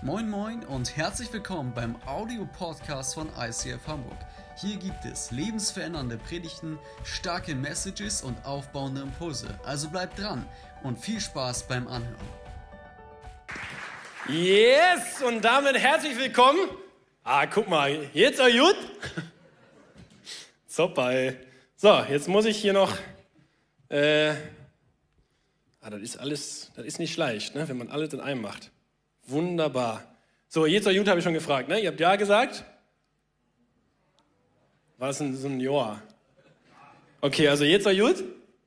Moin Moin und herzlich willkommen beim Audio-Podcast von ICF Hamburg. Hier gibt es lebensverändernde Predigten, starke Messages und aufbauende Impulse. Also bleibt dran und viel Spaß beim Anhören. Yes, und damit herzlich willkommen. Guck mal, jetzt auch gut. Super, ey. So, jetzt muss ich hier noch... das ist nicht leicht, ne, wenn man alles in einem macht. Wunderbar. So, jetzt auch gut, habe ich schon gefragt, ne? Ihr habt ja gesagt? War das so ein Ja? Okay, also jetzt auch gut?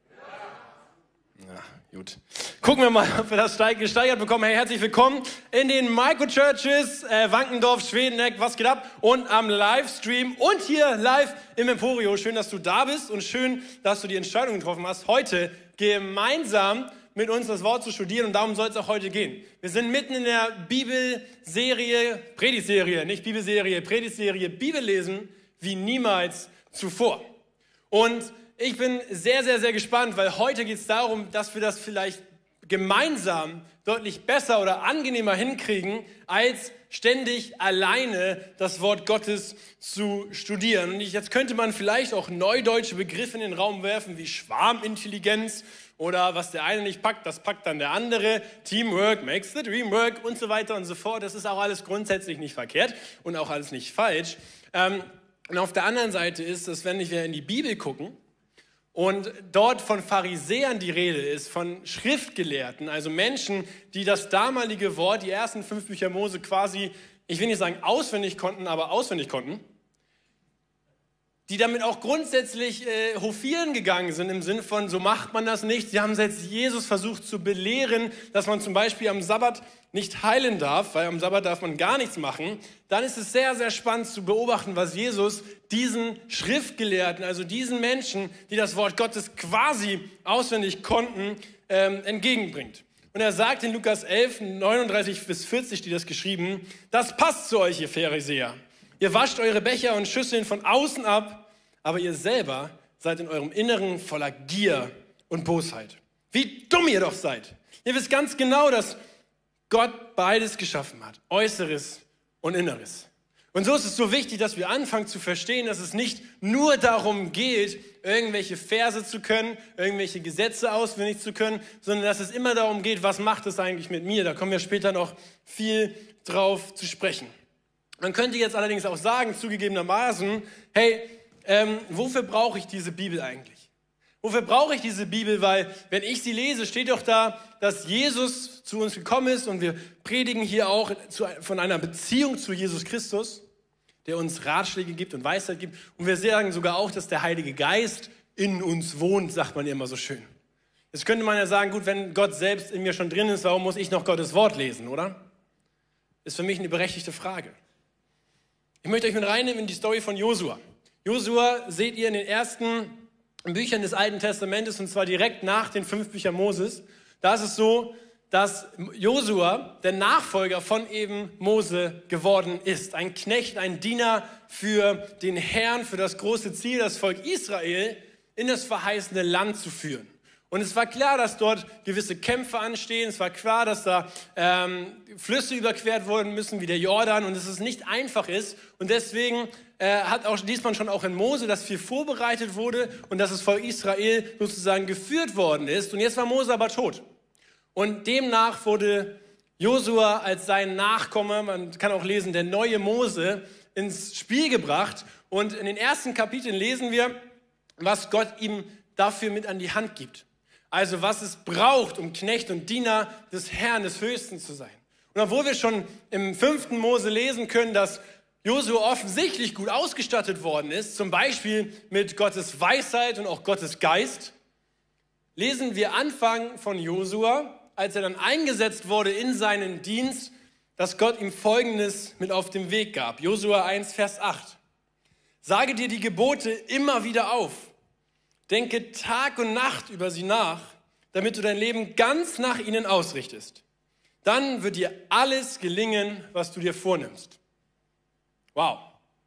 Ja, gut. Gucken wir mal, ob wir das gesteigert bekommen. Hey, herzlich willkommen in den Microchurches, Wankendorf, Schwedeneck, was geht ab? Und am Livestream und hier live im Emporio. Schön, dass du da bist und schön, dass du die Entscheidung getroffen hast, heute gemeinsam mit uns das Wort zu studieren, und darum soll es auch heute gehen. Wir sind mitten in der Bibelserie, Predigtserie, Bibellesen wie niemals zuvor. Und ich bin sehr, sehr, sehr gespannt, weil heute geht es darum, dass wir das vielleicht gemeinsam deutlich besser oder angenehmer hinkriegen, als ständig alleine das Wort Gottes zu studieren. Und jetzt könnte man vielleicht auch neudeutsche Begriffe in den Raum werfen, wie Schwarmintelligenz oder was der eine nicht packt, das packt dann der andere. Teamwork makes the dream work und so weiter und so fort. Das ist auch alles grundsätzlich nicht verkehrt und auch alles nicht falsch. Und auf der anderen Seite ist es, wenn wir in die Bibel gucken, und dort von Pharisäern die Rede ist, von Schriftgelehrten, also Menschen, die das damalige Wort, die ersten 5 Bücher Mose quasi, ich will nicht sagen auswendig konnten, aber auswendig konnten, die damit auch grundsätzlich hofieren gegangen sind, im Sinn von, so macht man das nicht. Sie haben selbst Jesus versucht zu belehren, dass man zum Beispiel am Sabbat nicht heilen darf, weil am Sabbat darf man gar nichts machen. Dann ist es sehr, sehr spannend zu beobachten, was Jesus diesen Schriftgelehrten, also diesen Menschen, die das Wort Gottes quasi auswendig konnten, entgegenbringt. Und er sagt in Lukas 11, 39 bis 40, die das geschrieben, das passt zu euch, ihr Pharisäer. Ihr wascht eure Becher und Schüsseln von außen ab, aber ihr selber seid in eurem Inneren voller Gier und Bosheit. Wie dumm ihr doch seid. Ihr wisst ganz genau, dass Gott beides geschaffen hat, Äußeres und Inneres. Und so ist es so wichtig, dass wir anfangen zu verstehen, dass es nicht nur darum geht, irgendwelche Verse zu können, irgendwelche Gesetze auswendig zu können, sondern dass es immer darum geht, was macht es eigentlich mit mir? Da kommen wir später noch viel drauf zu sprechen. Man könnte jetzt allerdings auch sagen, zugegebenermaßen, hey, wofür brauche ich diese Bibel eigentlich? Wofür brauche ich diese Bibel? Weil, wenn ich sie lese, steht doch da, dass Jesus zu uns gekommen ist, und wir predigen hier auch von einer Beziehung zu Jesus Christus, der uns Ratschläge gibt und Weisheit gibt. Und wir sagen sogar auch, dass der Heilige Geist in uns wohnt, sagt man immer so schön. Jetzt könnte man ja sagen, gut, wenn Gott selbst in mir schon drin ist, warum muss ich noch Gottes Wort lesen, oder? Ist für mich eine berechtigte Frage. Ich möchte euch mit reinnehmen in die Story von Josua. Josua seht ihr in den ersten Büchern des Alten Testamentes, und zwar direkt nach den 5 Büchern Moses. Da ist es so, dass Josua der Nachfolger von eben Mose geworden ist. Ein Knecht, ein Diener für den Herrn, für das große Ziel, das Volk Israel in das verheißene Land zu führen. Und es war klar, dass dort gewisse Kämpfe anstehen. Es war klar, dass da Flüsse überquert werden müssen, wie der Jordan, und dass es nicht einfach ist. Und deswegen liest man schon auch in Mose, dass viel vorbereitet wurde und dass das Volk Israel sozusagen geführt worden ist. Und jetzt war Mose aber tot. Und demnach wurde Josua als sein Nachkomme, man kann auch lesen, der neue Mose, ins Spiel gebracht. Und in den ersten Kapiteln lesen wir, was Gott ihm dafür mit an die Hand gibt. Also was es braucht, um Knecht und Diener des Herrn, des Höchsten zu sein. Und obwohl wir schon im 5. Mose lesen können, dass Josua offensichtlich gut ausgestattet worden ist, zum Beispiel mit Gottes Weisheit und auch Gottes Geist, lesen wir Anfang von Josua, als er dann eingesetzt wurde in seinen Dienst, dass Gott ihm Folgendes mit auf den Weg gab. Josua 1, Vers 8. Sage dir die Gebote immer wieder auf. Denke Tag und Nacht über sie nach, damit du dein Leben ganz nach ihnen ausrichtest. Dann wird dir alles gelingen, was du dir vornimmst. Wow.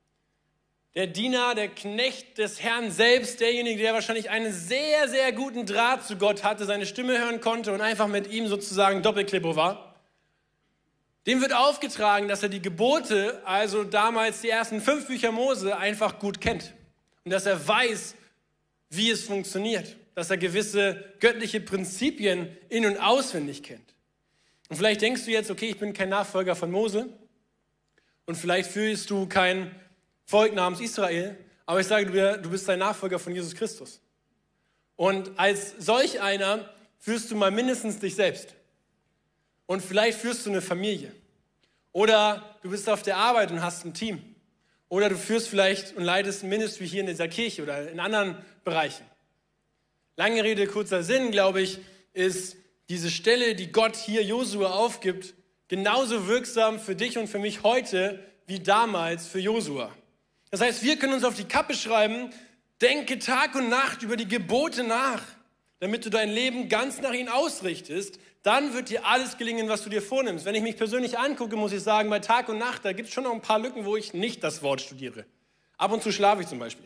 Der Diener, der Knecht des Herrn selbst, derjenige, der wahrscheinlich einen sehr, sehr guten Draht zu Gott hatte, seine Stimme hören konnte und einfach mit ihm sozusagen Doppelklippo war, Dem wird aufgetragen, dass er die Gebote, also damals die ersten 5 Bücher Mose, einfach gut kennt. Und dass er weiß, wie es funktioniert. Dass er gewisse göttliche Prinzipien in- und auswendig kennt. Und vielleicht denkst du jetzt, okay, ich bin kein Nachfolger von Mose. Und vielleicht fühlst du kein Volk namens Israel. Aber ich sage dir, du bist ein Nachfolger von Jesus Christus. Und als solch einer führst du mal mindestens dich selbst. Und vielleicht führst du eine Familie. Oder du bist auf der Arbeit und hast ein Team. Oder du führst vielleicht und leitest ein Ministry hier in dieser Kirche oder in anderen Bereichen. Lange Rede, kurzer Sinn, glaube ich, ist diese Stelle, die Gott hier Josua aufgibt, genauso wirksam für dich und für mich heute wie damals für Josua. Das heißt, wir können uns auf die Kappe schreiben, denke Tag und Nacht über die Gebote nach, damit du dein Leben ganz nach ihnen ausrichtest. Dann wird dir alles gelingen, was du dir vornimmst. Wenn ich mich persönlich angucke, muss ich sagen, bei Tag und Nacht, da gibt es schon noch ein paar Lücken, wo ich nicht das Wort studiere. Ab und zu schlafe ich zum Beispiel.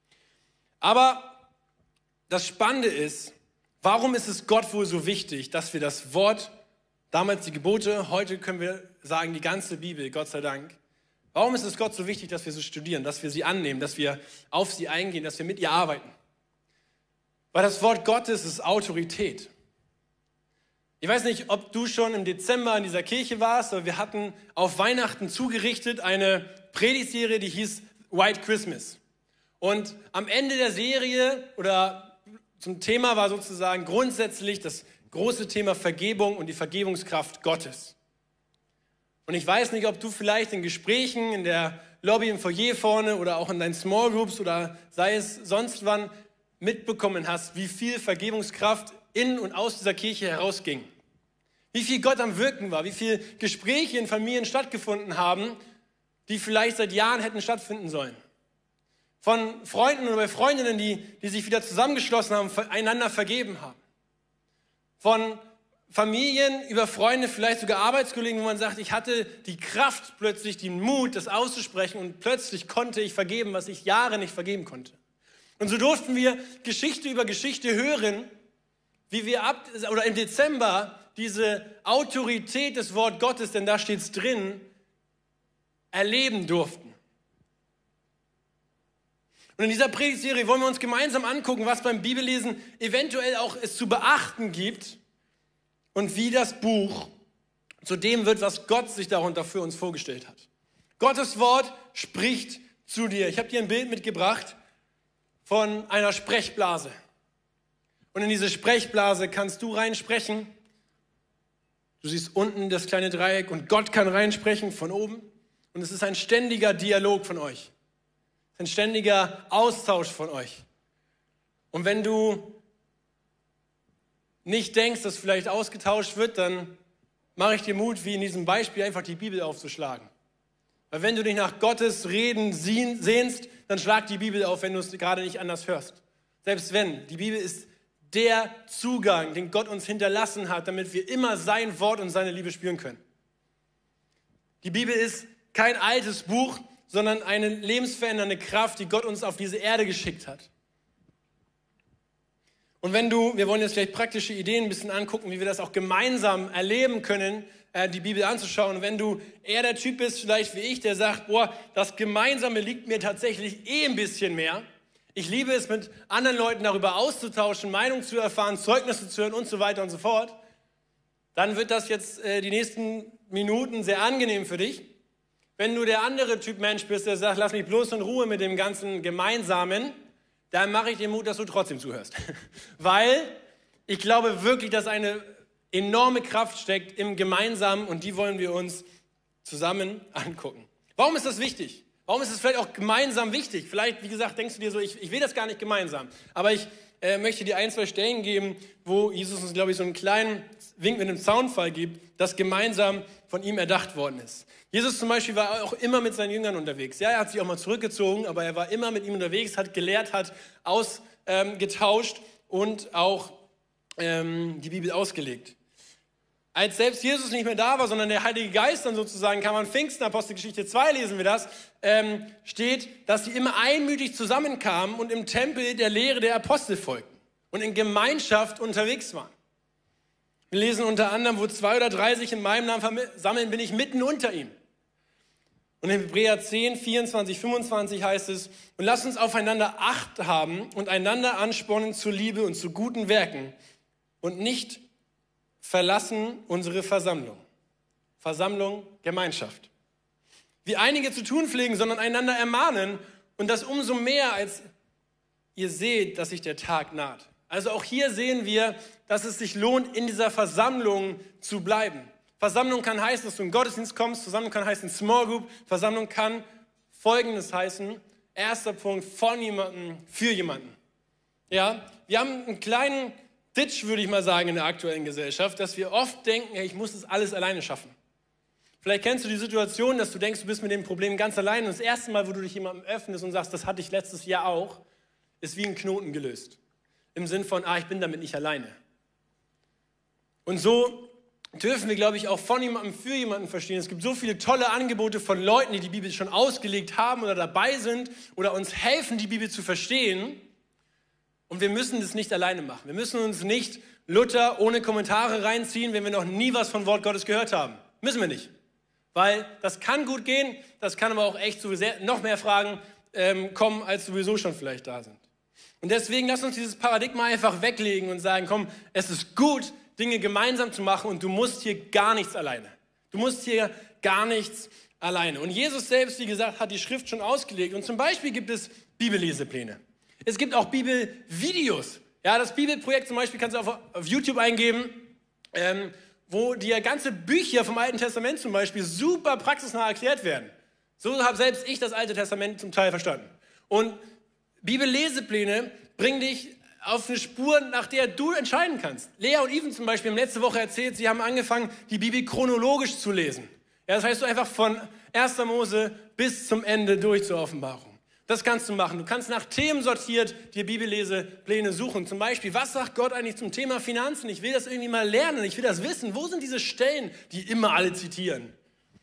Aber das Spannende ist, warum ist es Gott wohl so wichtig, dass wir das Wort, damals die Gebote, heute können wir sagen, die ganze Bibel, Gott sei Dank. Warum ist es Gott so wichtig, dass wir sie studieren, dass wir sie annehmen, dass wir auf sie eingehen, dass wir mit ihr arbeiten? Weil das Wort Gottes ist Autorität. Ich weiß nicht, ob du schon im Dezember in dieser Kirche warst, aber wir hatten auf Weihnachten zugerichtet eine Predigtserie, die hieß White Christmas. Und am Ende der Serie oder zum Thema war sozusagen grundsätzlich das große Thema Vergebung und die Vergebungskraft Gottes. Und ich weiß nicht, ob du vielleicht in Gesprächen in der Lobby im Foyer vorne oder auch in deinen Small Groups oder sei es sonst wann mitbekommen hast, wie viel Vergebungskraft in und aus dieser Kirche herausging. Wie viel Gott am Wirken war, wie viele Gespräche in Familien stattgefunden haben, die vielleicht seit Jahren hätten stattfinden sollen. Von Freunden oder Freundinnen, die sich wieder zusammengeschlossen haben, einander vergeben haben. Von Familien über Freunde, vielleicht sogar Arbeitskollegen, wo man sagt, ich hatte die Kraft, plötzlich den Mut, das auszusprechen und plötzlich konnte ich vergeben, was ich Jahre nicht vergeben konnte. Und so durften wir Geschichte über Geschichte hören, wie wir im Dezember diese Autorität des Wort Gottes, denn da steht es drin, erleben durften. Und in dieser Predigtserie wollen wir uns gemeinsam angucken, was beim Bibellesen eventuell auch es zu beachten gibt und wie das Buch zu dem wird, was Gott sich darunter für uns vorgestellt hat. Gottes Wort spricht zu dir. Ich habe dir ein Bild mitgebracht von einer Sprechblase. Und in diese Sprechblase kannst du reinsprechen. Du siehst unten das kleine Dreieck und Gott kann reinsprechen von oben. Und es ist ein ständiger Dialog von euch. Ein ständiger Austausch von euch. Und wenn du nicht denkst, dass vielleicht ausgetauscht wird, dann mache ich dir Mut, wie in diesem Beispiel, einfach die Bibel aufzuschlagen. Weil wenn du dich nach Gottes Reden sehnst, dann schlag die Bibel auf, wenn du es gerade nicht anders hörst. Selbst wenn. Die Bibel ist der Zugang, den Gott uns hinterlassen hat, damit wir immer sein Wort und seine Liebe spüren können. Die Bibel ist kein altes Buch, sondern eine lebensverändernde Kraft, die Gott uns auf diese Erde geschickt hat. Und wir wollen jetzt vielleicht praktische Ideen ein bisschen angucken, wie wir das auch gemeinsam erleben können, die Bibel anzuschauen. Und wenn du eher der Typ bist, vielleicht wie ich, der sagt, das Gemeinsame liegt mir tatsächlich ein bisschen mehr. Ich liebe es, mit anderen Leuten darüber auszutauschen, Meinungen zu erfahren, Zeugnisse zu hören und so weiter und so fort. Dann wird das jetzt die nächsten Minuten sehr angenehm für dich. Wenn du der andere Typ Mensch bist, der sagt, lass mich bloß in Ruhe mit dem ganzen Gemeinsamen, dann mache ich dir Mut, dass du trotzdem zuhörst. Weil ich glaube wirklich, dass eine enorme Kraft steckt im Gemeinsamen und die wollen wir uns zusammen angucken. Warum ist das wichtig? Warum ist es vielleicht auch gemeinsam wichtig? Vielleicht, wie gesagt, denkst du dir so, ich will das gar nicht gemeinsam. Aber ich möchte dir 1, 2 Stellen geben, wo Jesus uns, glaube ich, so einen kleinen Wink mit einem Zaunfall gibt, dass gemeinsam von ihm erdacht worden ist. Jesus zum Beispiel war auch immer mit seinen Jüngern unterwegs. Ja, er hat sich auch mal zurückgezogen, aber er war immer mit ihm unterwegs, hat gelehrt, hat ausgetauscht und auch die Bibel ausgelegt. Als selbst Jesus nicht mehr da war, sondern der Heilige Geist dann sozusagen kam an Pfingsten, Apostelgeschichte 2 lesen wir das, steht, dass sie immer einmütig zusammenkamen und im Tempel der Lehre der Apostel folgten und in Gemeinschaft unterwegs waren. Wir lesen unter anderem, wo 2 oder 3 sich in meinem Namen sammeln, bin ich mitten unter ihnen. Und in Hebräer 10, 24, 25 heißt es, und lasst uns aufeinander Acht haben und einander anspornen zur Liebe und zu guten Werken und nicht verlassen unsere Versammlung. Versammlung, Gemeinschaft. Wie einige zu tun pflegen, sondern einander ermahnen und das umso mehr, als ihr seht, dass sich der Tag naht. Also auch hier sehen wir, dass es sich lohnt, in dieser Versammlung zu bleiben. Versammlung kann heißen, dass du in den Gottesdienst kommst. Versammlung kann heißen Small Group. Versammlung kann Folgendes heißen. Erster Punkt, von jemandem für jemanden. Ja, wir haben einen kleinen Ditch, würde ich mal sagen, in der aktuellen Gesellschaft, dass wir oft denken, hey, ich muss das alles alleine schaffen. Vielleicht kennst du die Situation, dass du denkst, du bist mit dem Problem ganz allein. Und das erste Mal, wo du dich jemandem öffnest und sagst, das hatte ich letztes Jahr auch, ist wie ein Knoten gelöst. Im Sinn von, ich bin damit nicht alleine. Und so dürfen wir, glaube ich, auch von jemandem für jemanden verstehen. Es gibt so viele tolle Angebote von Leuten, die die Bibel schon ausgelegt haben oder dabei sind oder uns helfen, die Bibel zu verstehen. Und wir müssen das nicht alleine machen. Wir müssen uns nicht Luther ohne Kommentare reinziehen, wenn wir noch nie was von Wort Gottes gehört haben. Müssen wir nicht. Weil das kann gut gehen, das kann aber auch echt so sehr, noch mehr Fragen kommen, als sowieso schon vielleicht da sind. Und deswegen lass uns dieses Paradigma einfach weglegen und sagen, komm, es ist gut, Dinge gemeinsam zu machen und du musst hier gar nichts alleine. Du musst hier gar nichts alleine. Und Jesus selbst, wie gesagt, hat die Schrift schon ausgelegt. Und zum Beispiel gibt es Bibellesepläne. Es gibt auch Bibelvideos. Ja, das Bibelprojekt zum Beispiel kannst du auf YouTube eingeben, wo dir ganze Bücher vom Alten Testament zum Beispiel super praxisnah erklärt werden. So habe selbst ich das Alte Testament zum Teil verstanden. Und Bibellesepläne bringen dich auf eine Spur, nach der du entscheiden kannst. Lea und Even zum Beispiel haben letzte Woche erzählt, sie haben angefangen, die Bibel chronologisch zu lesen. Ja, das heißt, du einfach von 1. Mose bis zum Ende durch zur Offenbarung. Das kannst du machen. Du kannst nach Themen sortiert dir Bibellesepläne suchen. Zum Beispiel, was sagt Gott eigentlich zum Thema Finanzen? Ich will das irgendwie mal lernen. Ich will das wissen. Wo sind diese Stellen, die immer alle zitieren?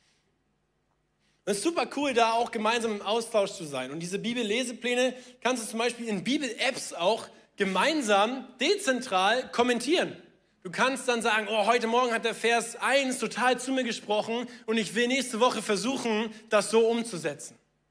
Es ist super cool, da auch gemeinsam im Austausch zu sein. Und diese Bibellesepläne kannst du zum Beispiel in Bibel-Apps auch gemeinsam, dezentral kommentieren. Du kannst dann sagen, heute Morgen hat der Vers 1 total zu mir gesprochen und ich will nächste Woche versuchen, das so umzusetzen.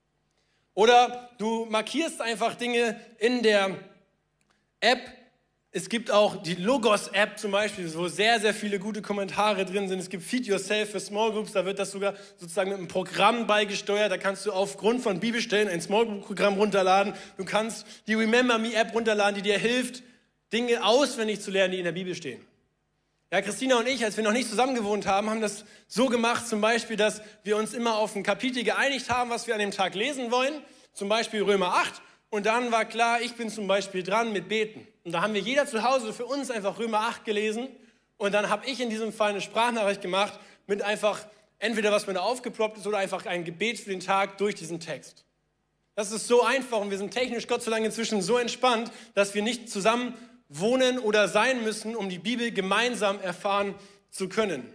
Oder du markierst einfach Dinge in der App. Es gibt auch die Logos-App zum Beispiel, wo sehr, sehr viele gute Kommentare drin sind. Es gibt Feed Yourself für Small Groups, da wird das sogar sozusagen mit einem Programm beigesteuert. Da kannst du aufgrund von Bibelstellen ein Small Group-Programm runterladen. Du kannst die Remember Me-App runterladen, die dir hilft, Dinge auswendig zu lernen, die in der Bibel stehen. Ja, Christina und ich, als wir noch nicht zusammen gewohnt haben, haben das so gemacht, zum Beispiel, dass wir uns immer auf ein Kapitel geeinigt haben, was wir an dem Tag lesen wollen. Zum Beispiel Römer 8. Und dann war klar, ich bin zum Beispiel dran mit Beten. Und da haben wir jeder zu Hause für uns einfach Römer 8 gelesen. Und dann habe ich in diesem Fall eine Sprachnachricht gemacht mit einfach entweder was mir da aufgeploppt ist oder einfach ein Gebet für den Tag durch diesen Text. Das ist so einfach und wir sind technisch Gott sei Dank inzwischen so entspannt, dass wir nicht zusammen wohnen oder sein müssen, um die Bibel gemeinsam erfahren zu können.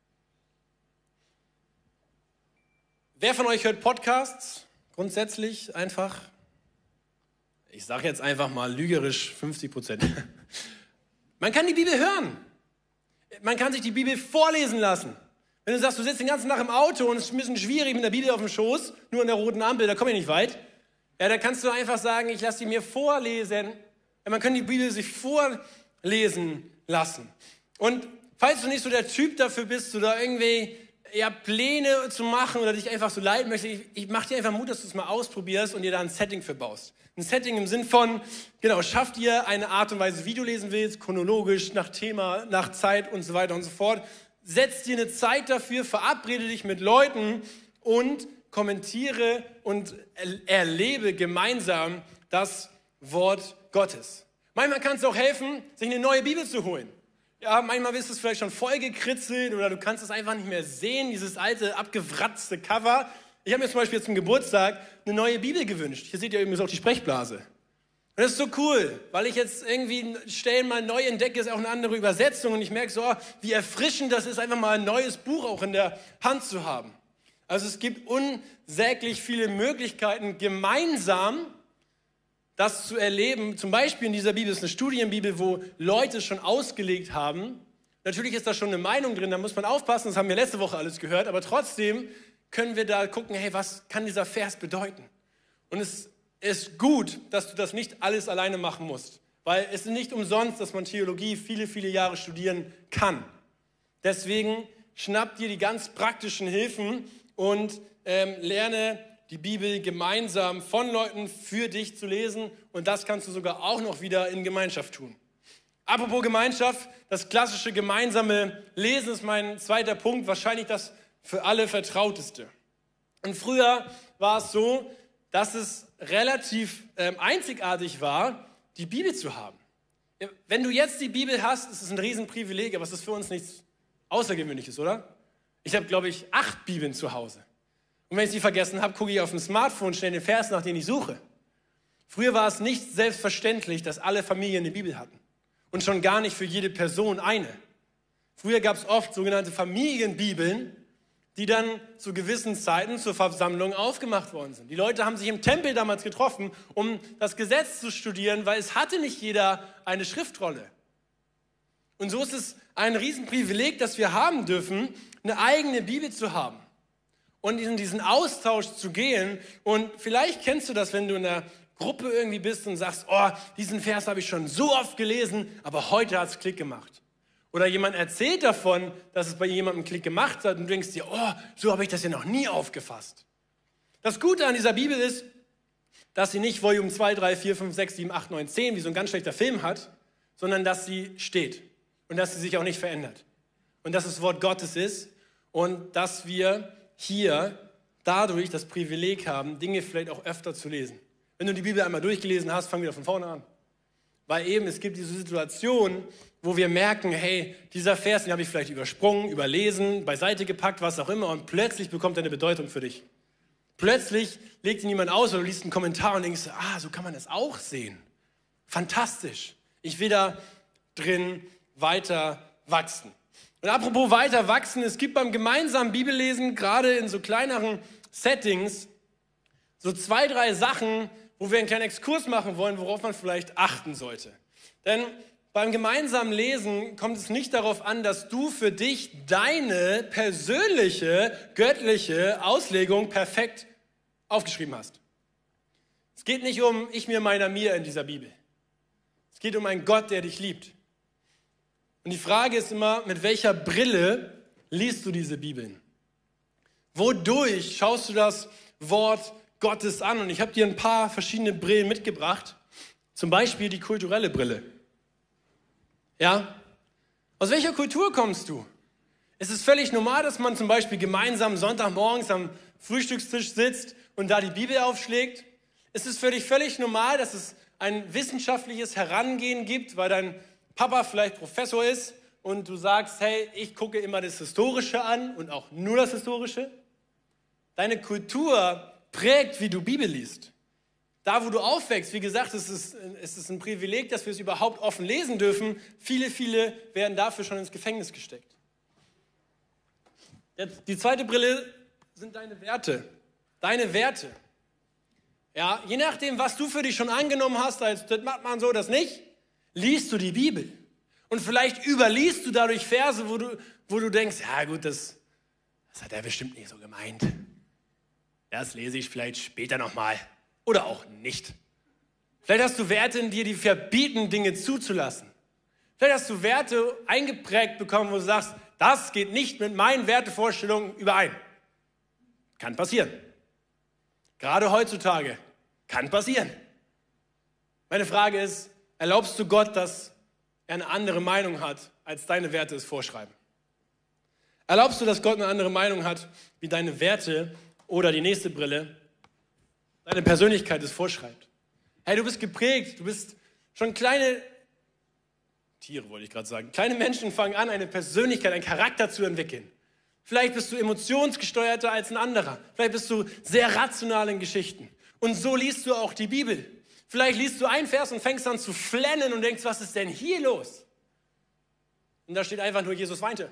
Wer von euch hört Podcasts? Grundsätzlich einfach, ich sage jetzt einfach mal lügerisch 50%. Man kann die Bibel hören. Man kann sich die Bibel vorlesen lassen. Wenn du sagst, du sitzt den ganzen Tag im Auto und es ist ein bisschen schwierig mit der Bibel auf dem Schoß, nur an der roten Ampel, da komme ich nicht weit. Ja, da kannst du einfach sagen, ich lasse die mir vorlesen. Ja, man kann die Bibel sich vorlesen lassen. Und falls du nicht so der Typ dafür bist, oder irgendwie Pläne zu machen oder dich einfach so leiten möchtest, ich mache dir einfach Mut, dass du es mal ausprobierst und dir da ein Setting für baust. Ein Setting im Sinn von, schaff dir eine Art und Weise, wie du lesen willst, chronologisch, nach Thema, nach Zeit und so weiter und so fort. Setz dir eine Zeit dafür, verabrede dich mit Leuten und kommentiere und erlebe gemeinsam das Wort Gottes. Manchmal kann es auch helfen, sich eine neue Bibel zu holen. Ja, manchmal bist du es vielleicht schon voll gekritzelt oder du kannst es einfach nicht mehr sehen, dieses alte, abgewratzte Cover. Ich habe mir zum Beispiel zum Geburtstag eine neue Bibel gewünscht. Hier seht ihr übrigens auch die Sprechblase. Und das ist so cool, weil ich jetzt irgendwie Stellen mal neu entdecke, ist auch eine andere Übersetzung und ich merke so, wie erfrischend das ist, einfach mal ein neues Buch auch in der Hand zu haben. Also es gibt unsäglich viele Möglichkeiten, gemeinsam das zu erleben. Zum Beispiel in dieser Bibel ist eine Studienbibel, wo Leute schon ausgelegt haben Natürlich ist da schon eine Meinung drin, da muss man aufpassen, das haben wir letzte Woche alles gehört, aber trotzdem können wir da gucken, hey, was kann dieser Vers bedeuten? Und es ist gut, dass du das nicht alles alleine machen musst, weil es ist nicht umsonst, dass man Theologie viele, viele Jahre studieren kann. Deswegen schnapp dir die ganz praktischen Hilfen und lerne die Bibel gemeinsam von Leuten für dich zu lesen und das kannst du sogar auch noch wieder in Gemeinschaft tun. Apropos Gemeinschaft, das klassische gemeinsame Lesen ist mein zweiter Punkt, wahrscheinlich das für alle Vertrauteste. Und früher war es so, dass es relativ einzigartig war, die Bibel zu haben. Wenn du jetzt die Bibel hast, ist es ein Riesenprivileg, aber es ist für uns nichts Außergewöhnliches, oder? Ich habe, glaube ich, 8 Bibeln zu Hause. Und wenn ich sie vergessen habe, gucke ich auf dem Smartphone schnell den Vers, nach dem ich suche. Früher war es nicht selbstverständlich, dass alle Familien eine Bibel hatten. Und schon gar nicht für jede Person eine. Früher gab es oft sogenannte Familienbibeln, die dann zu gewissen Zeiten zur Versammlung aufgemacht worden sind. Die Leute haben sich im Tempel damals getroffen, um das Gesetz zu studieren, weil es hatte nicht jeder eine Schriftrolle. Und so ist es ein Riesenprivileg, dass wir haben dürfen, eine eigene Bibel zu haben und in diesen Austausch zu gehen. Und vielleicht kennst du das, wenn du in der Gruppe irgendwie bist und sagst, oh, diesen Vers habe ich schon so oft gelesen, aber heute hat es Klick gemacht. Oder jemand erzählt davon, dass es bei jemandem Klick gemacht hat und du denkst dir, oh, so habe ich das ja noch nie aufgefasst. Das Gute an dieser Bibel ist, dass sie nicht Volume 2, 3, 4, 5, 6, 7, 8, 9, 10 wie so ein ganz schlechter Film hat, sondern dass sie steht und dass sie sich auch nicht verändert. Und dass es Wort Gottes ist und dass wir hier dadurch das Privileg haben, Dinge vielleicht auch öfter zu lesen. Wenn du die Bibel einmal durchgelesen hast, fang wieder von vorne an. Weil eben, es gibt diese Situation, wo wir merken, hey, dieser Vers, den habe ich vielleicht übersprungen, überlesen, beiseite gepackt, was auch immer, und plötzlich bekommt er eine Bedeutung für dich. Plötzlich legt ihn jemand aus oder du liest einen Kommentar und denkst, so kann man das auch sehen. Fantastisch. Ich will da drin weiter wachsen. Und apropos weiter wachsen, es gibt beim gemeinsamen Bibellesen, gerade in so kleineren Settings, so 2, 3 Sachen, wo wir einen kleinen Exkurs machen wollen, worauf man vielleicht achten sollte. Denn beim gemeinsamen Lesen kommt es nicht darauf an, dass du für dich deine persönliche, göttliche Auslegung perfekt aufgeschrieben hast. Es geht nicht um ich, mir, meiner, mir in dieser Bibel. Es geht um einen Gott, der dich liebt. Und die Frage ist immer, mit welcher Brille liest du diese Bibeln? Wodurch schaust du das Wort Gottes an? Und ich habe dir ein paar verschiedene Brillen mitgebracht. Zum Beispiel die kulturelle Brille. Ja? Aus welcher Kultur kommst du? Es ist völlig normal, dass man zum Beispiel gemeinsam Sonntagmorgens am Frühstückstisch sitzt und da die Bibel aufschlägt. Es ist völlig normal, dass es ein wissenschaftliches Herangehen gibt, weil dein Papa vielleicht Professor ist und du sagst, hey, ich gucke immer das Historische an und auch nur das Historische. Deine Kultur prägt, wie du Bibel liest. Da, wo du aufwächst, wie gesagt, es ist ein Privileg, dass wir es überhaupt offen lesen dürfen. Viele werden dafür schon ins Gefängnis gesteckt. Jetzt, die zweite Brille sind deine Werte. Deine Werte. Ja, je nachdem, was du für dich schon angenommen hast, als das macht man so, das nicht, liest du die Bibel. Und vielleicht überliest du dadurch Verse, wo du denkst, ja gut, das hat er bestimmt nicht so gemeint. Das lese ich vielleicht später nochmal. Oder auch nicht. Vielleicht hast du Werte in dir, die verbieten, Dinge zuzulassen. Vielleicht hast du Werte eingeprägt bekommen, wo du sagst, das geht nicht mit meinen Wertevorstellungen überein. Kann passieren. Gerade heutzutage. Kann passieren. Meine Frage ist, erlaubst du Gott, dass er eine andere Meinung hat, als deine Werte es vorschreiben? Erlaubst du, dass Gott eine andere Meinung hat, wie deine Werte oder die nächste Brille, deine Persönlichkeit es vorschreibt? Hey, du bist geprägt, du bist schon kleine Tiere, wollte ich gerade sagen. Kleine Menschen fangen an, eine Persönlichkeit, einen Charakter zu entwickeln. Vielleicht bist du emotionsgesteuerter als ein anderer. Vielleicht bist du sehr rational in Geschichten. Und so liest du auch die Bibel. Vielleicht liest du einen Vers und fängst an zu flennen und denkst, was ist denn hier los? Und da steht einfach nur, Jesus weinte.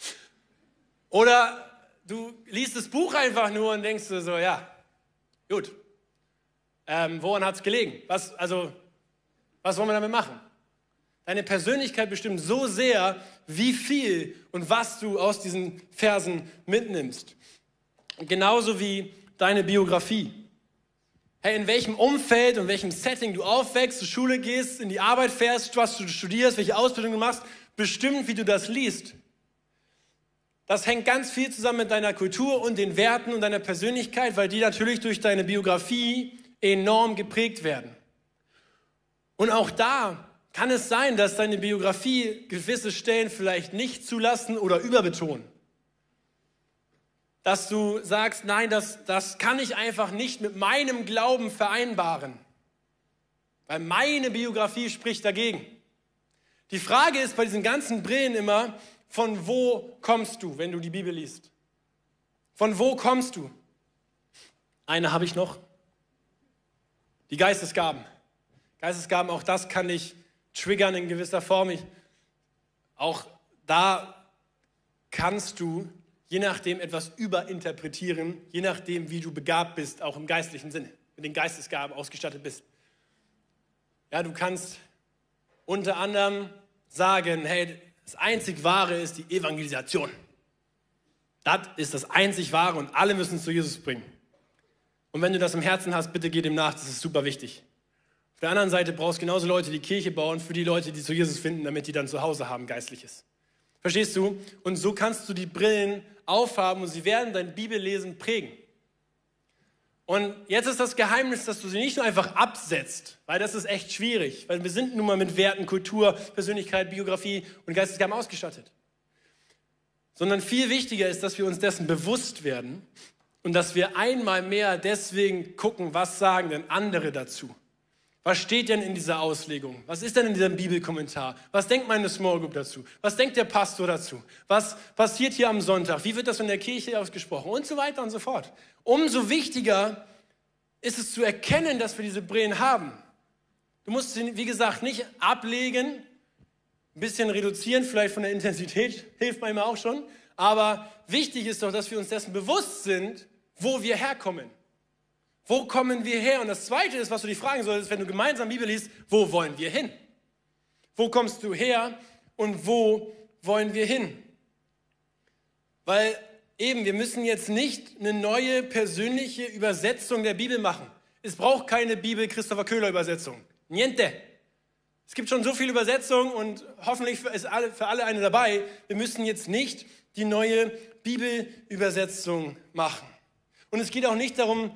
Oder du liest das Buch einfach nur und denkst du so, ja, gut. Woran hat es gelegen? Was wollen wir damit machen? Deine Persönlichkeit bestimmt so sehr, wie viel und was du aus diesen Versen mitnimmst. Genauso wie deine Biografie. Hey, in welchem Umfeld und welchem Setting du aufwächst, zur Schule gehst, in die Arbeit fährst, was du studierst, welche Ausbildung du machst, bestimmt, wie du das liest. Das hängt ganz viel zusammen mit deiner Kultur und den Werten und deiner Persönlichkeit, weil die natürlich durch deine Biografie enorm geprägt werden. Und auch da kann es sein, dass deine Biografie gewisse Stellen vielleicht nicht zulassen oder überbetonen. Dass du sagst, nein, das kann ich einfach nicht mit meinem Glauben vereinbaren. Weil meine Biografie spricht dagegen. Die Frage ist bei diesen ganzen Brillen immer, von wo kommst du, wenn du die Bibel liest? Von wo kommst du? Eine habe ich noch. Die Geistesgaben. Geistesgaben, auch das kann dich triggern in gewisser Form. Auch da kannst du, je nachdem, etwas überinterpretieren, je nachdem, wie du begabt bist, auch im geistlichen Sinne, mit den Geistesgaben ausgestattet bist. Ja, du kannst unter anderem sagen, hey, das einzig Wahre ist die Evangelisation. Das ist das einzig Wahre und alle müssen es zu Jesus bringen. Und wenn du das im Herzen hast, bitte geh dem nach, das ist super wichtig. Auf der anderen Seite brauchst du genauso Leute, die Kirche bauen, für die Leute, die zu Jesus finden, damit die dann zu Hause haben, Geistliches. Verstehst du? Und so kannst du die Brillen aufhaben und sie werden dein Bibellesen prägen. Und jetzt ist das Geheimnis, dass du sie nicht nur einfach absetzt, weil das ist echt schwierig, weil wir sind nun mal mit Werten, Kultur, Persönlichkeit, Biografie und Geistesgaben ausgestattet. Sondern viel wichtiger ist, dass wir uns dessen bewusst werden und dass wir einmal mehr deswegen gucken, was sagen denn andere dazu? Was steht denn in dieser Auslegung? Was ist denn in diesem Bibelkommentar? Was denkt meine Small Group dazu? Was denkt der Pastor dazu? Was passiert hier am Sonntag? Wie wird das in der Kirche ausgesprochen? Und so weiter und so fort. Umso wichtiger ist es zu erkennen, dass wir diese Brillen haben. Du musst sie, wie gesagt, nicht ablegen, ein bisschen reduzieren, vielleicht von der Intensität, hilft manchmal auch schon. Aber wichtig ist doch, dass wir uns dessen bewusst sind, wo wir herkommen. Wo kommen wir her? Und das Zweite ist, was du dich fragen solltest, wenn du gemeinsam Bibel liest, wo wollen wir hin? Wo kommst du her und wo wollen wir hin? Weil eben, wir müssen jetzt nicht eine neue persönliche Übersetzung der Bibel machen. Es braucht keine Bibel-Christopher Köhler-Übersetzung. Niente. Es gibt schon so viele Übersetzungen und hoffentlich ist für alle eine dabei. Wir müssen jetzt nicht die neue Bibelübersetzung machen. Und es geht auch nicht darum,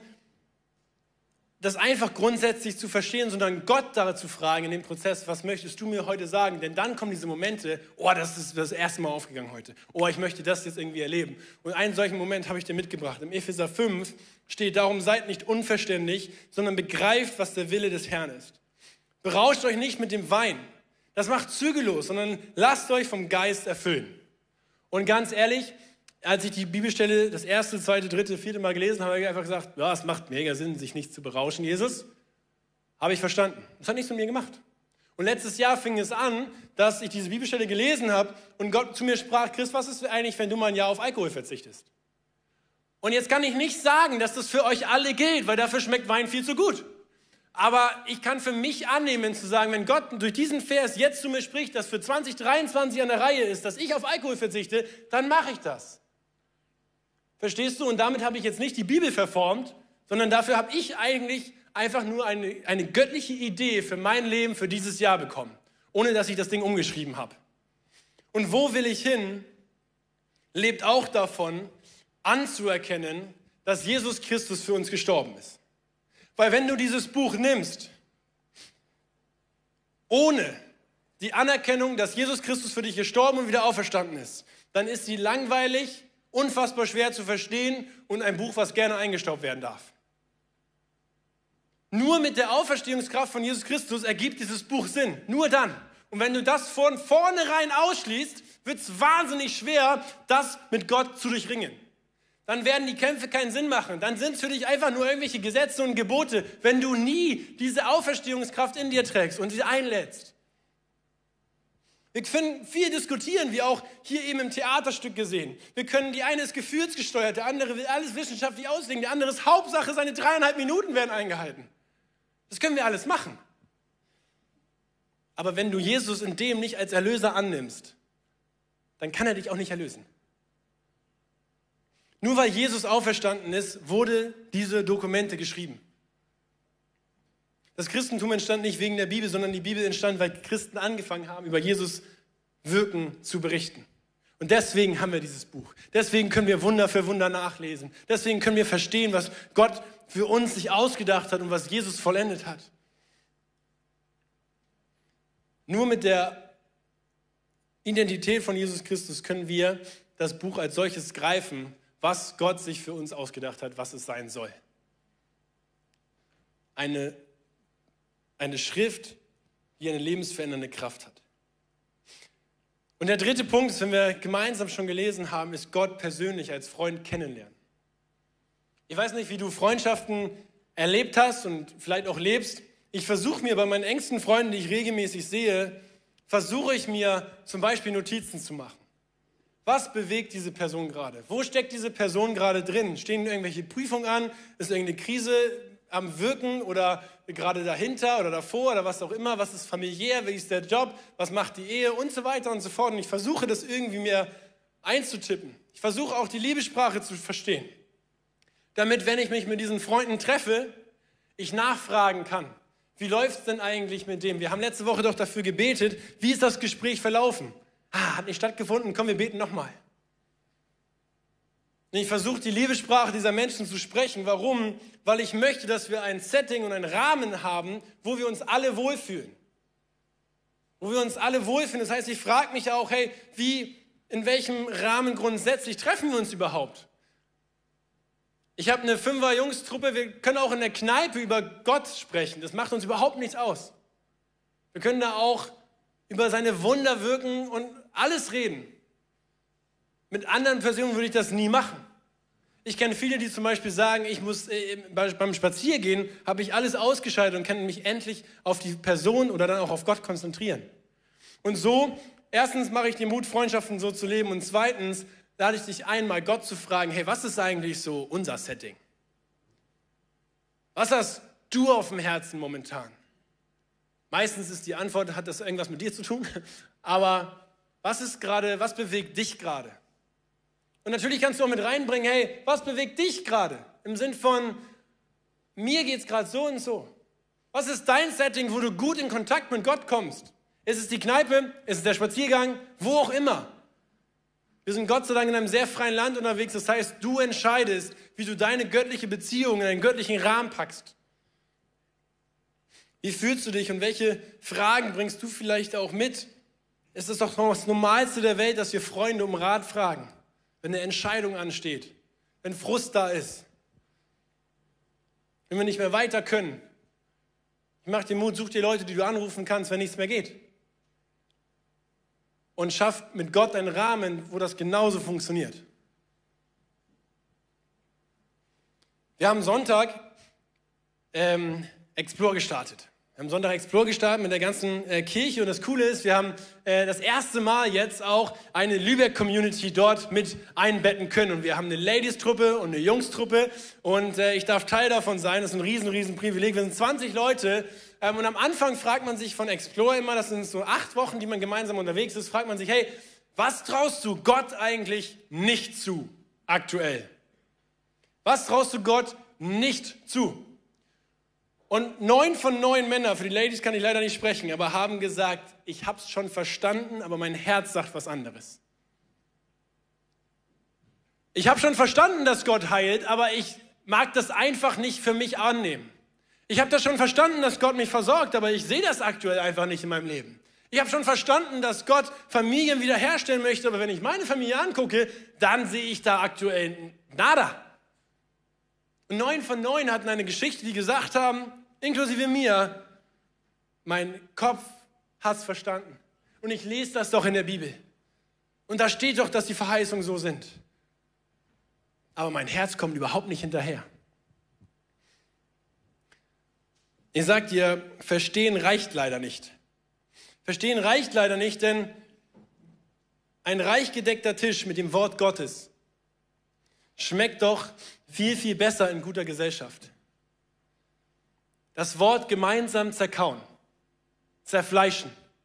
das einfach grundsätzlich zu verstehen, sondern Gott dazu zu fragen in dem Prozess, was möchtest du mir heute sagen? Denn dann kommen diese Momente, oh, das ist das erste Mal aufgegangen heute. Oh, ich möchte das jetzt irgendwie erleben. Und einen solchen Moment habe ich dir mitgebracht. Im Epheser 5 steht, darum seid nicht unverständlich, sondern begreift, was der Wille des Herrn ist. Berauscht euch nicht mit dem Wein. Das macht zügellos, sondern lasst euch vom Geist erfüllen. Und ganz ehrlich, als ich die Bibelstelle das erste, zweite, dritte, vierte Mal gelesen habe, habe ich einfach gesagt, ja, es macht mega Sinn, sich nicht zu berauschen, Jesus. Habe ich verstanden. Das hat nichts mit mir gemacht. Und letztes Jahr fing es an, dass ich diese Bibelstelle gelesen habe und Gott zu mir sprach, Chris, was ist eigentlich, wenn du mal ein Jahr auf Alkohol verzichtest? Und jetzt kann ich nicht sagen, dass das für euch alle gilt, weil dafür schmeckt Wein viel zu gut. Aber ich kann für mich annehmen, zu sagen, wenn Gott durch diesen Vers jetzt zu mir spricht, dass für 2023 an der Reihe ist, dass ich auf Alkohol verzichte, dann mache ich das. Verstehst du? Und damit habe ich jetzt nicht die Bibel verformt, sondern dafür habe ich eigentlich einfach nur eine göttliche Idee für mein Leben für dieses Jahr bekommen, ohne dass ich das Ding umgeschrieben habe. Und wo will ich hin, lebt auch davon, anzuerkennen, dass Jesus Christus für uns gestorben ist. Weil wenn du dieses Buch nimmst, ohne die Anerkennung, dass Jesus Christus für dich gestorben und wieder auferstanden ist, dann ist sie langweilig, unfassbar schwer zu verstehen und ein Buch, was gerne eingestaubt werden darf. Nur mit der Auferstehungskraft von Jesus Christus ergibt dieses Buch Sinn. Nur dann. Und wenn du das von vornherein ausschließt, wird es wahnsinnig schwer, das mit Gott zu durchringen. Dann werden die Kämpfe keinen Sinn machen. Dann sind es für dich einfach nur irgendwelche Gesetze und Gebote, wenn du nie diese Auferstehungskraft in dir trägst und sie einlädst. Wir können viel diskutieren, wie auch hier eben im Theaterstück gesehen. Wir können, die eine ist gefühlsgesteuert, der andere will alles wissenschaftlich auslegen, der andere ist Hauptsache, seine 3,5 Minuten werden eingehalten. Das können wir alles machen. Aber wenn du Jesus in dem nicht als Erlöser annimmst, dann kann er dich auch nicht erlösen. Nur weil Jesus auferstanden ist, wurde diese Dokumente geschrieben. Das Christentum entstand nicht wegen der Bibel, sondern die Bibel entstand, weil Christen angefangen haben, über Jesus Wirken zu berichten. Und deswegen haben wir dieses Buch. Deswegen können wir Wunder für Wunder nachlesen. Deswegen können wir verstehen, was Gott für uns sich ausgedacht hat und was Jesus vollendet hat. Nur mit der Identität von Jesus Christus können wir das Buch als solches greifen, was Gott sich für uns ausgedacht hat, was es sein soll. Eine Schrift, die eine lebensverändernde Kraft hat. Und der dritte Punkt ist, wenn wir gemeinsam schon gelesen haben, ist Gott persönlich als Freund kennenlernen. Ich weiß nicht, wie du Freundschaften erlebt hast und vielleicht auch lebst. Ich versuche mir bei meinen engsten Freunden, die ich regelmäßig sehe, versuche ich mir zum Beispiel Notizen zu machen. Was bewegt diese Person gerade? Wo steckt diese Person gerade drin? Stehen irgendwelche Prüfungen an? Ist irgendeine Krise am Wirken oder gerade dahinter oder davor oder was auch immer? Was ist familiär? Wie ist der Job? Was macht die Ehe? Und so weiter und so fort. Und ich versuche das irgendwie mir einzutippen. Ich versuche auch die Liebessprache zu verstehen. Damit, wenn ich mich mit diesen Freunden treffe, ich nachfragen kann. Wie läuft es denn eigentlich mit dem? Wir haben letzte Woche doch dafür gebetet. Wie ist das Gespräch verlaufen? Hat nicht stattgefunden, komm, wir beten nochmal. Ich versuche, die Liebessprache dieser Menschen zu sprechen. Warum? Weil ich möchte, dass wir ein Setting und einen Rahmen haben, wo wir uns alle wohlfühlen. Wo wir uns alle wohlfühlen. Das heißt, ich frage mich auch, hey, in welchem Rahmen grundsätzlich treffen wir uns überhaupt? Ich habe eine 5er-Jungs-Truppe, wir können auch in der Kneipe über Gott sprechen. Das macht uns überhaupt nichts aus. Wir können da auch über seine Wunder wirken und alles reden. Mit anderen Personen würde ich das nie machen. Ich kenne viele, die zum Beispiel sagen, ich muss beim Spaziergehen, habe ich alles ausgeschaltet und kann mich endlich auf die Person oder dann auch auf Gott konzentrieren. Und so, erstens mache ich dir Mut, Freundschaften so zu leben und zweitens lade ich dich ein, mal Gott zu fragen, hey, was ist eigentlich so unser Setting? Was hast du auf dem Herzen momentan? Meistens ist die Antwort, hat das irgendwas mit dir zu tun? Aber was bewegt dich gerade? Und natürlich kannst du auch mit reinbringen, hey, was bewegt dich gerade? Im Sinn von, mir geht es gerade so und so. Was ist dein Setting, wo du gut in Kontakt mit Gott kommst? Ist es die Kneipe? Ist es der Spaziergang? Wo auch immer. Wir sind Gott sei Dank in einem sehr freien Land unterwegs. Das heißt, du entscheidest, wie du deine göttliche Beziehung in einen göttlichen Rahmen packst. Wie fühlst du dich und welche Fragen bringst du vielleicht auch mit? Es ist doch das Normalste der Welt, dass wir Freunde um Rat fragen, wenn eine Entscheidung ansteht, wenn Frust da ist, wenn wir nicht mehr weiter können. Ich mache dir Mut, such dir Leute, die du anrufen kannst, wenn nichts mehr geht. Und schaff mit Gott einen Rahmen, wo das genauso funktioniert. Wir haben Sonntag Explore gestartet. Wir haben Sonntag Explore gestartet mit der ganzen Kirche und das Coole ist, wir haben das erste Mal jetzt auch eine Lübeck-Community dort mit einbetten können und wir haben eine Ladies-Truppe und eine Jungs-Truppe und ich darf Teil davon sein, das ist ein riesen Privileg. Wir sind 20 Leute und am Anfang fragt man sich von Explore immer, das sind so 8 Wochen, die man gemeinsam unterwegs ist, fragt man sich, hey, was traust du Gott eigentlich nicht zu aktuell? Was traust du Gott nicht zu? Und 9 von 9 Männern, für die Ladies kann ich leider nicht sprechen, aber haben gesagt, ich habe es schon verstanden, aber mein Herz sagt was anderes. Ich habe schon verstanden, dass Gott heilt, aber ich mag das einfach nicht für mich annehmen. Ich habe das schon verstanden, dass Gott mich versorgt, aber ich sehe das aktuell einfach nicht in meinem Leben. Ich habe schon verstanden, dass Gott Familien wiederherstellen möchte, aber wenn ich meine Familie angucke, dann sehe ich da aktuell nada. 9 von 9 hatten eine Geschichte, die gesagt haben, inklusive mir, mein Kopf hat es verstanden. Und ich lese das doch in der Bibel. Und da steht doch, dass die Verheißungen so sind. Aber mein Herz kommt überhaupt nicht hinterher. Ich sag dir, verstehen reicht leider nicht. Verstehen reicht leider nicht, denn ein reich gedeckter Tisch mit dem Wort Gottes schmeckt doch viel besser in guter Gesellschaft. Das Wort gemeinsam zerkauen, zerfleischen,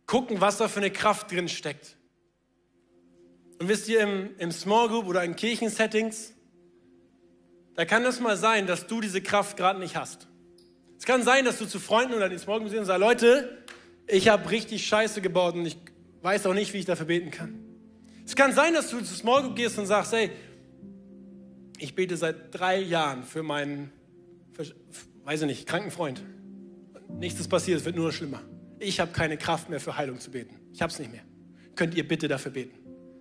gucken, was da für eine Kraft drin steckt. Und wisst ihr, im Small Group oder in Kirchensettings, da kann das mal sein, dass du diese Kraft gerade nicht hast. Es kann sein, dass du zu Freunden oder in den Small Group gehst und sagst, Leute, ich habe richtig Scheiße gebaut und ich weiß auch nicht, wie ich dafür beten kann. Es kann sein, dass du zu Small Group gehst und sagst, hey, ich bete seit 3 Jahren für meinen, weiß ich nicht, kranken Freund. Nichts ist passiert, es wird nur schlimmer. Ich habe keine Kraft mehr für Heilung zu beten. Ich habe es nicht mehr. Könnt ihr bitte dafür beten?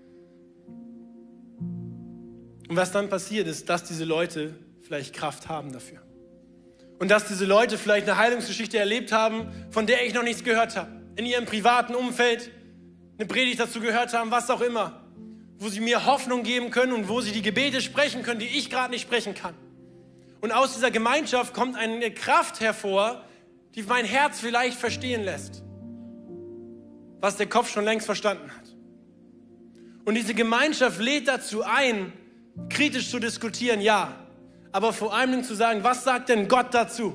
Und was dann passiert ist, dass diese Leute vielleicht Kraft haben dafür. Und dass diese Leute vielleicht eine Heilungsgeschichte erlebt haben, von der ich noch nichts gehört habe. In ihrem privaten Umfeld eine Predigt dazu gehört haben, was auch immer. Wo sie mir Hoffnung geben können und wo sie die Gebete sprechen können, die ich gerade nicht sprechen kann. Und aus dieser Gemeinschaft kommt eine Kraft hervor, die mein Herz vielleicht verstehen lässt, was der Kopf schon längst verstanden hat. Und diese Gemeinschaft lädt dazu ein, kritisch zu diskutieren, ja, aber vor allem zu sagen, was sagt denn Gott dazu?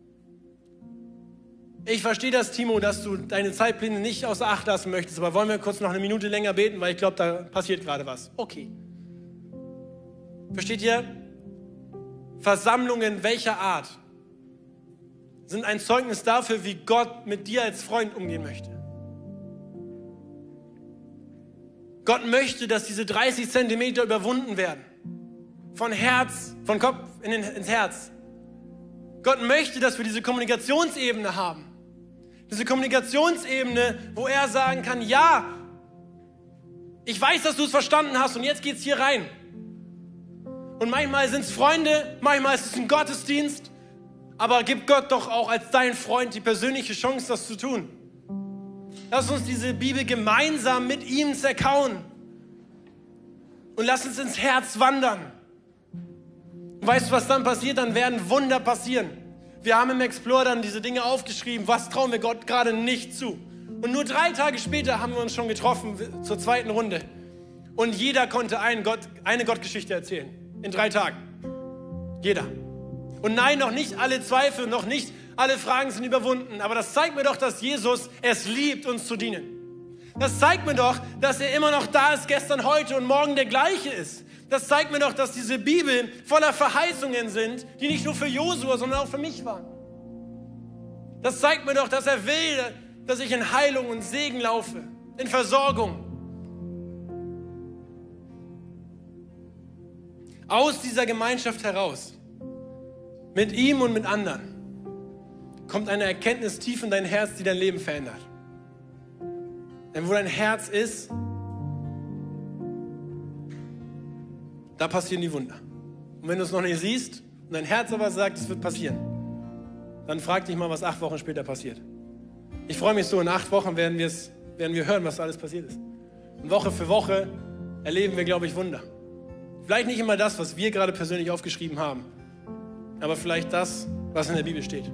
Ich verstehe das, Timo, dass du deine Zeitpläne nicht außer Acht lassen möchtest, aber wollen wir kurz noch 1 Minute länger beten, weil ich glaube, da passiert gerade was. Okay. Versteht ihr? Versammlungen welcher Art sind ein Zeugnis dafür, wie Gott mit dir als Freund umgehen möchte. Gott möchte, dass diese 30 Zentimeter überwunden werden. Von Kopf ins Herz. Gott möchte, dass wir diese Kommunikationsebene haben. Diese Kommunikationsebene, wo er sagen kann, ja, ich weiß, dass du es verstanden hast und jetzt geht's hier rein. Und manchmal sind es Freunde, manchmal ist es ein Gottesdienst, aber gib Gott doch auch als dein Freund die persönliche Chance, das zu tun. Lass uns diese Bibel gemeinsam mit ihm zerkauen und lass uns ins Herz wandern. Und weißt du, was dann passiert? Dann werden Wunder passieren. Wir haben im Explorer dann diese Dinge aufgeschrieben, was trauen wir Gott gerade nicht zu. Und nur 3 Tage später haben wir uns schon getroffen zur 2. Runde. Und jeder konnte eine Gottgeschichte erzählen. In 3 Tagen. Jeder. Und nein, noch nicht alle Zweifel, noch nicht alle Fragen sind überwunden. Aber das zeigt mir doch, dass Jesus es liebt, uns zu dienen. Das zeigt mir doch, dass er immer noch da ist, gestern, heute und morgen der gleiche ist. Das zeigt mir doch, dass diese Bibel voller Verheißungen sind, die nicht nur für Josua, sondern auch für mich waren. Das zeigt mir doch, dass er will, dass ich in Heilung und Segen laufe, in Versorgung. Aus dieser Gemeinschaft heraus, mit ihm und mit anderen, kommt eine Erkenntnis tief in dein Herz, die dein Leben verändert. Denn wo dein Herz ist, da passieren die Wunder. Und wenn du es noch nicht siehst und dein Herz aber sagt, es wird passieren, dann frag dich mal, was 8 Wochen später passiert. Ich freue mich so, in 8 Wochen werden wir hören, was alles passiert ist. Und Woche für Woche erleben wir, glaube ich, Wunder. Vielleicht nicht immer das, was wir gerade persönlich aufgeschrieben haben, aber vielleicht das, was in der Bibel steht.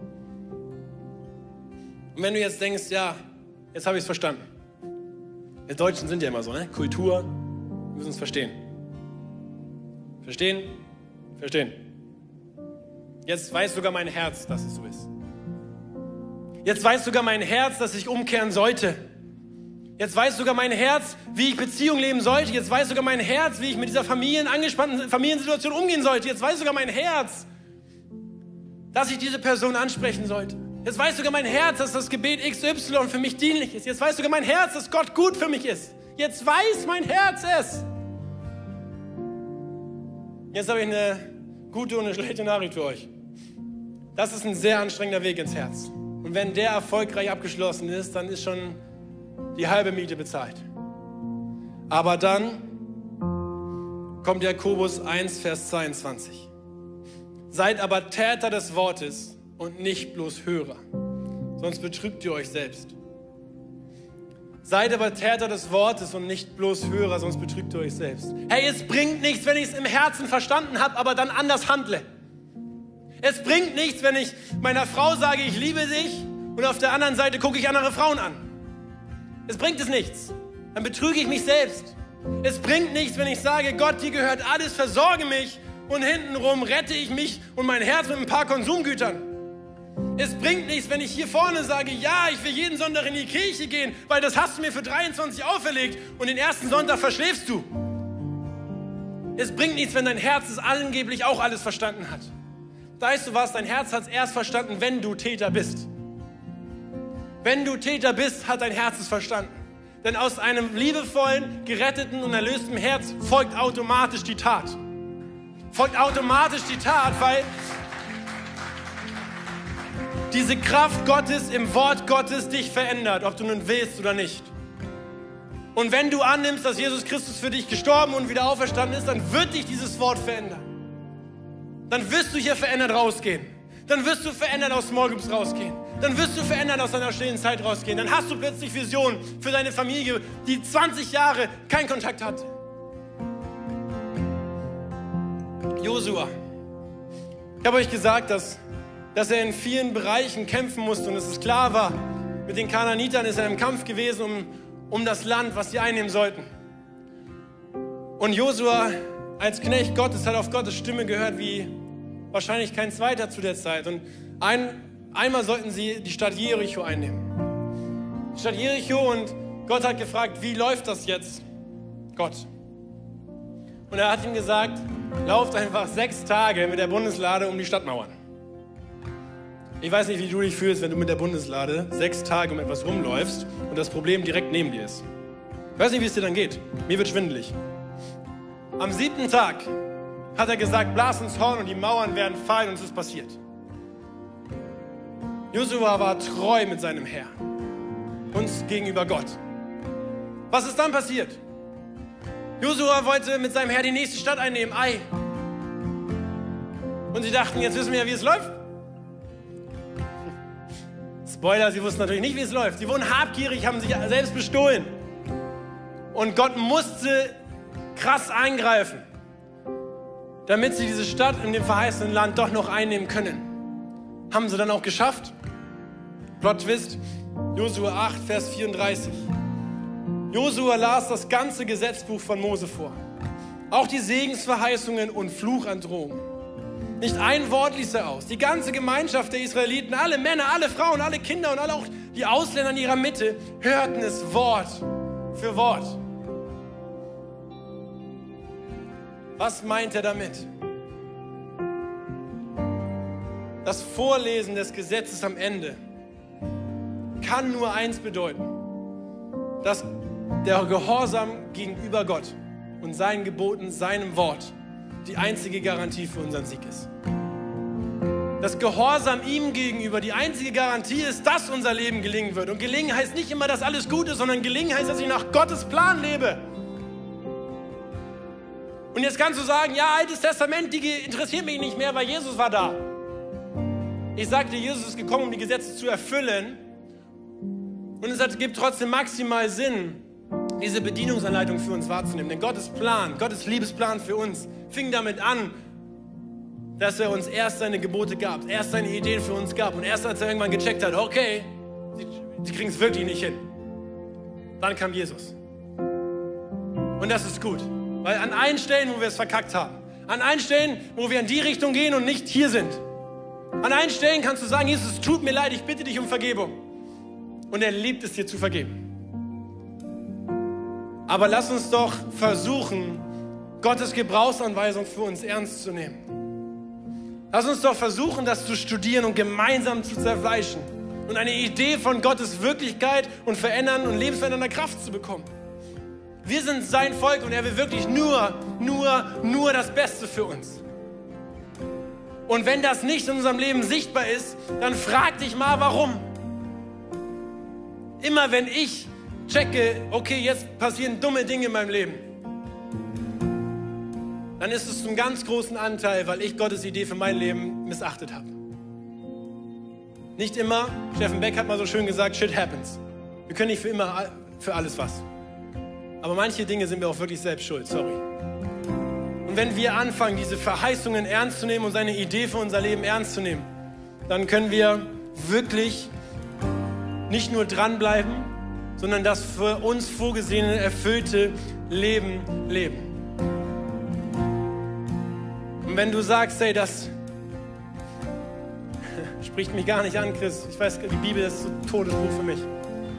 Und wenn du jetzt denkst, ja, jetzt habe ich es verstanden. Wir Deutschen sind ja immer so, ne? Kultur, wir müssen es verstehen. Verstehen? Verstehen. Jetzt weiß sogar mein Herz, dass es so ist. Jetzt weiß sogar mein Herz, dass ich umkehren sollte. Jetzt weiß sogar mein Herz, wie ich Beziehung leben sollte. Jetzt weiß sogar mein Herz, wie ich mit dieser angespannten Familiensituation umgehen sollte. Jetzt weiß sogar mein Herz, dass ich diese Person ansprechen sollte. Jetzt weiß sogar mein Herz, dass das Gebet XY für mich dienlich ist. Jetzt weiß sogar mein Herz, dass Gott gut für mich ist. Jetzt weiß mein Herz es. Jetzt habe ich eine gute und eine schlechte Nachricht für euch. Das ist ein sehr anstrengender Weg ins Herz. Und wenn der erfolgreich abgeschlossen ist, dann ist schon die halbe Miete bezahlt. Aber dann kommt Jakobus 1, Vers 22. Seid aber Täter des Wortes und nicht bloß Hörer, sonst betrügt ihr euch selbst. Seid aber Täter des Wortes und nicht bloß Hörer, sonst betrügt ihr euch selbst. Hey, es bringt nichts, wenn ich es im Herzen verstanden habe, aber dann anders handle. Es bringt nichts, wenn ich meiner Frau sage, ich liebe dich und auf der anderen Seite gucke ich andere Frauen an. Es bringt es nichts. Dann betrüge ich mich selbst. Es bringt nichts, wenn ich sage, Gott, dir gehört alles, versorge mich und hintenrum rette ich mich und mein Herz mit ein paar Konsumgütern. Es bringt nichts, wenn ich hier vorne sage, ja, ich will jeden Sonntag in die Kirche gehen, weil das hast du mir für 23 auferlegt und den ersten Sonntag verschläfst du. Es bringt nichts, wenn dein Herz es angeblich auch alles verstanden hat. Weißt du was, dein Herz hat es erst verstanden, wenn du Täter bist. Wenn du Täter bist, hat dein Herz es verstanden. Denn aus einem liebevollen, geretteten und erlösten Herz folgt automatisch die Tat. Folgt automatisch die Tat, weil diese Kraft Gottes im Wort Gottes dich verändert, ob du nun willst oder nicht. Und wenn du annimmst, dass Jesus Christus für dich gestorben und wieder auferstanden ist, dann wird dich dieses Wort verändern. Dann wirst du hier verändert rausgehen. Dann wirst du verändert aus Small Groups rausgehen. Dann wirst du verändert aus deiner stillen Zeit rausgehen. Dann hast du plötzlich Visionen für deine Familie, die 20 Jahre keinen Kontakt hatte. Josua. Ich habe euch gesagt, dass er in vielen Bereichen kämpfen musste und dass es klar war, mit den Kanaanitern ist er im Kampf gewesen um das Land, was sie einnehmen sollten. Und Josua als Knecht Gottes hat auf Gottes Stimme gehört wie wahrscheinlich kein zweiter zu der Zeit. Und einmal sollten sie die Stadt Jericho einnehmen. Die Stadt Jericho, und Gott hat gefragt, wie läuft das jetzt? Gott. Und er hat ihm gesagt, lauft einfach 6 Tage mit der Bundeslade um die Stadtmauern. Ich weiß nicht, wie du dich fühlst, wenn du mit der Bundeslade 6 Tage um etwas rumläufst und das Problem direkt neben dir ist. Ich weiß nicht, wie es dir dann geht. Mir wird schwindelig. Am 7. Tag hat er gesagt, blas ins Horn und die Mauern werden fallen, und es ist passiert. Josua war treu mit seinem Herr, uns gegenüber Gott. Was ist dann passiert? Josua wollte mit seinem Herr die nächste Stadt einnehmen, Ai. Und sie dachten, jetzt wissen wir ja, wie es läuft. Spoiler, sie wussten natürlich nicht, wie es läuft. Sie wurden habgierig, haben sich selbst bestohlen. Und Gott musste krass eingreifen, damit sie diese Stadt in dem verheißenen Land doch noch einnehmen können. Haben sie dann auch geschafft. Plot Twist, Josua 8, Vers 34. Josua las das ganze Gesetzbuch von Mose vor. Auch die Segensverheißungen und Fluchandrohungen. Nicht ein Wort ließ er aus. Die ganze Gemeinschaft der Israeliten, alle Männer, alle Frauen, alle Kinder und alle auch die Ausländer in ihrer Mitte, hörten es Wort für Wort. Was meint er damit? Das Vorlesen des Gesetzes am Ende kann nur eins bedeuten, dass der Gehorsam gegenüber Gott und seinen Geboten, seinem Wort, die einzige Garantie für unseren Sieg ist. Das Gehorsam ihm gegenüber die einzige Garantie ist, dass unser Leben gelingen wird. Und gelingen heißt nicht immer, dass alles gut ist, sondern gelingen heißt, dass ich nach Gottes Plan lebe. Und jetzt kannst du sagen, ja, Altes Testament, die interessiert mich nicht mehr, weil Jesus war da. Ich sagte, Jesus ist gekommen, um die Gesetze zu erfüllen. Und es gibt trotzdem maximal Sinn, diese Bedienungsanleitung für uns wahrzunehmen. Denn Gottes Plan, Gottes Liebesplan für uns fing damit an, dass er uns erst seine Gebote gab, erst seine Ideen für uns gab. Und erst als er irgendwann gecheckt hat, okay, sie kriegen es wirklich nicht hin. Dann kam Jesus. Und das ist gut. Weil an allen Stellen, wo wir es verkackt haben, an allen Stellen, wo wir in die Richtung gehen und nicht hier sind, an allen Stellen kannst du sagen, Jesus, es tut mir leid, ich bitte dich um Vergebung. Und er liebt es, dir zu vergeben. Aber lass uns doch versuchen, Gottes Gebrauchsanweisung für uns ernst zu nehmen. Lass uns doch versuchen, das zu studieren und gemeinsam zu zerfleischen und eine Idee von Gottes Wirklichkeit und verändern und lebensverändernder Kraft zu bekommen. Wir sind sein Volk und er will wirklich nur das Beste für uns. Und wenn das nicht in unserem Leben sichtbar ist, dann frag dich mal, warum. Immer wenn ich checke, okay, jetzt passieren dumme Dinge in meinem Leben, dann ist es zum ganz großen Anteil, weil ich Gottes Idee für mein Leben missachtet habe. Nicht immer, Steffen Beck hat mal so schön gesagt, shit happens. Wir können nicht für immer, für alles was. Aber manche Dinge sind wir auch wirklich selbst schuld, sorry. Und wenn wir anfangen, diese Verheißungen ernst zu nehmen und seine Idee für unser Leben ernst zu nehmen, dann können wir wirklich nicht nur dranbleiben, sondern das für uns vorgesehene, erfüllte Leben leben. Und wenn du sagst, hey, spricht mich gar nicht an, Chris. Ich weiß, die Bibel ist so ein Todesbuch für mich.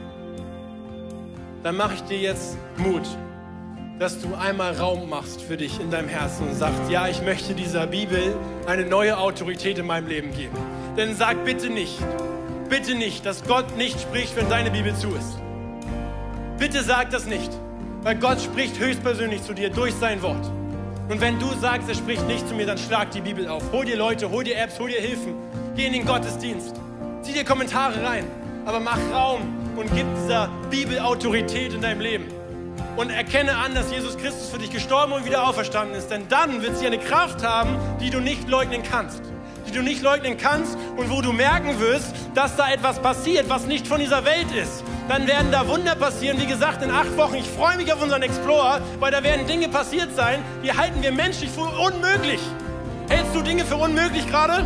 Dann mache ich dir jetzt Mut, dass du einmal Raum machst für dich in deinem Herzen und sagst, ja, ich möchte dieser Bibel eine neue Autorität in meinem Leben geben. Denn sag bitte nicht, dass Gott nicht spricht, wenn deine Bibel zu ist. Bitte sag das nicht, weil Gott spricht höchstpersönlich zu dir durch sein Wort. Und wenn du sagst, er spricht nicht zu mir, dann schlag die Bibel auf. Hol dir Leute, hol dir Apps, hol dir Hilfen. Geh in den Gottesdienst. Zieh dir Kommentare rein. Aber mach Raum und gib dieser Bibel Autorität in deinem Leben. Und erkenne an, dass Jesus Christus für dich gestorben und wieder auferstanden ist. Denn dann wird sie eine Kraft haben, die du nicht leugnen kannst. Die du nicht leugnen kannst und wo du merken wirst, dass da etwas passiert, was nicht von dieser Welt ist. Dann werden da Wunder passieren. Wie gesagt, in 8 Wochen, ich freue mich auf unseren Explorer, weil da werden Dinge passiert sein, die halten wir menschlich für unmöglich. Hältst du Dinge für unmöglich gerade?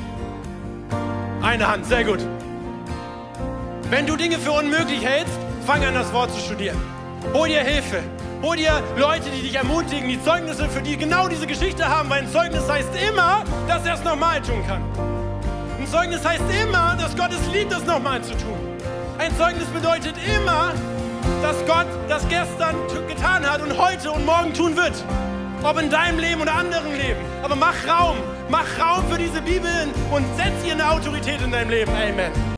Eine Hand, sehr gut. Wenn du Dinge für unmöglich hältst, fang an, das Wort zu studieren. Hol dir Hilfe. Hol dir Leute, die dich ermutigen, die Zeugnisse, für die genau diese Geschichte haben, weil ein Zeugnis heißt immer, dass er es nochmal tun kann. Ein Zeugnis heißt immer, dass Gott es liebt, das nochmal zu tun. Ein Zeugnis bedeutet immer, dass Gott das gestern getan hat und heute und morgen tun wird. Ob in deinem Leben oder anderen Leben. Aber mach Raum für diese Bibeln und setz ihr eine Autorität in deinem Leben. Amen.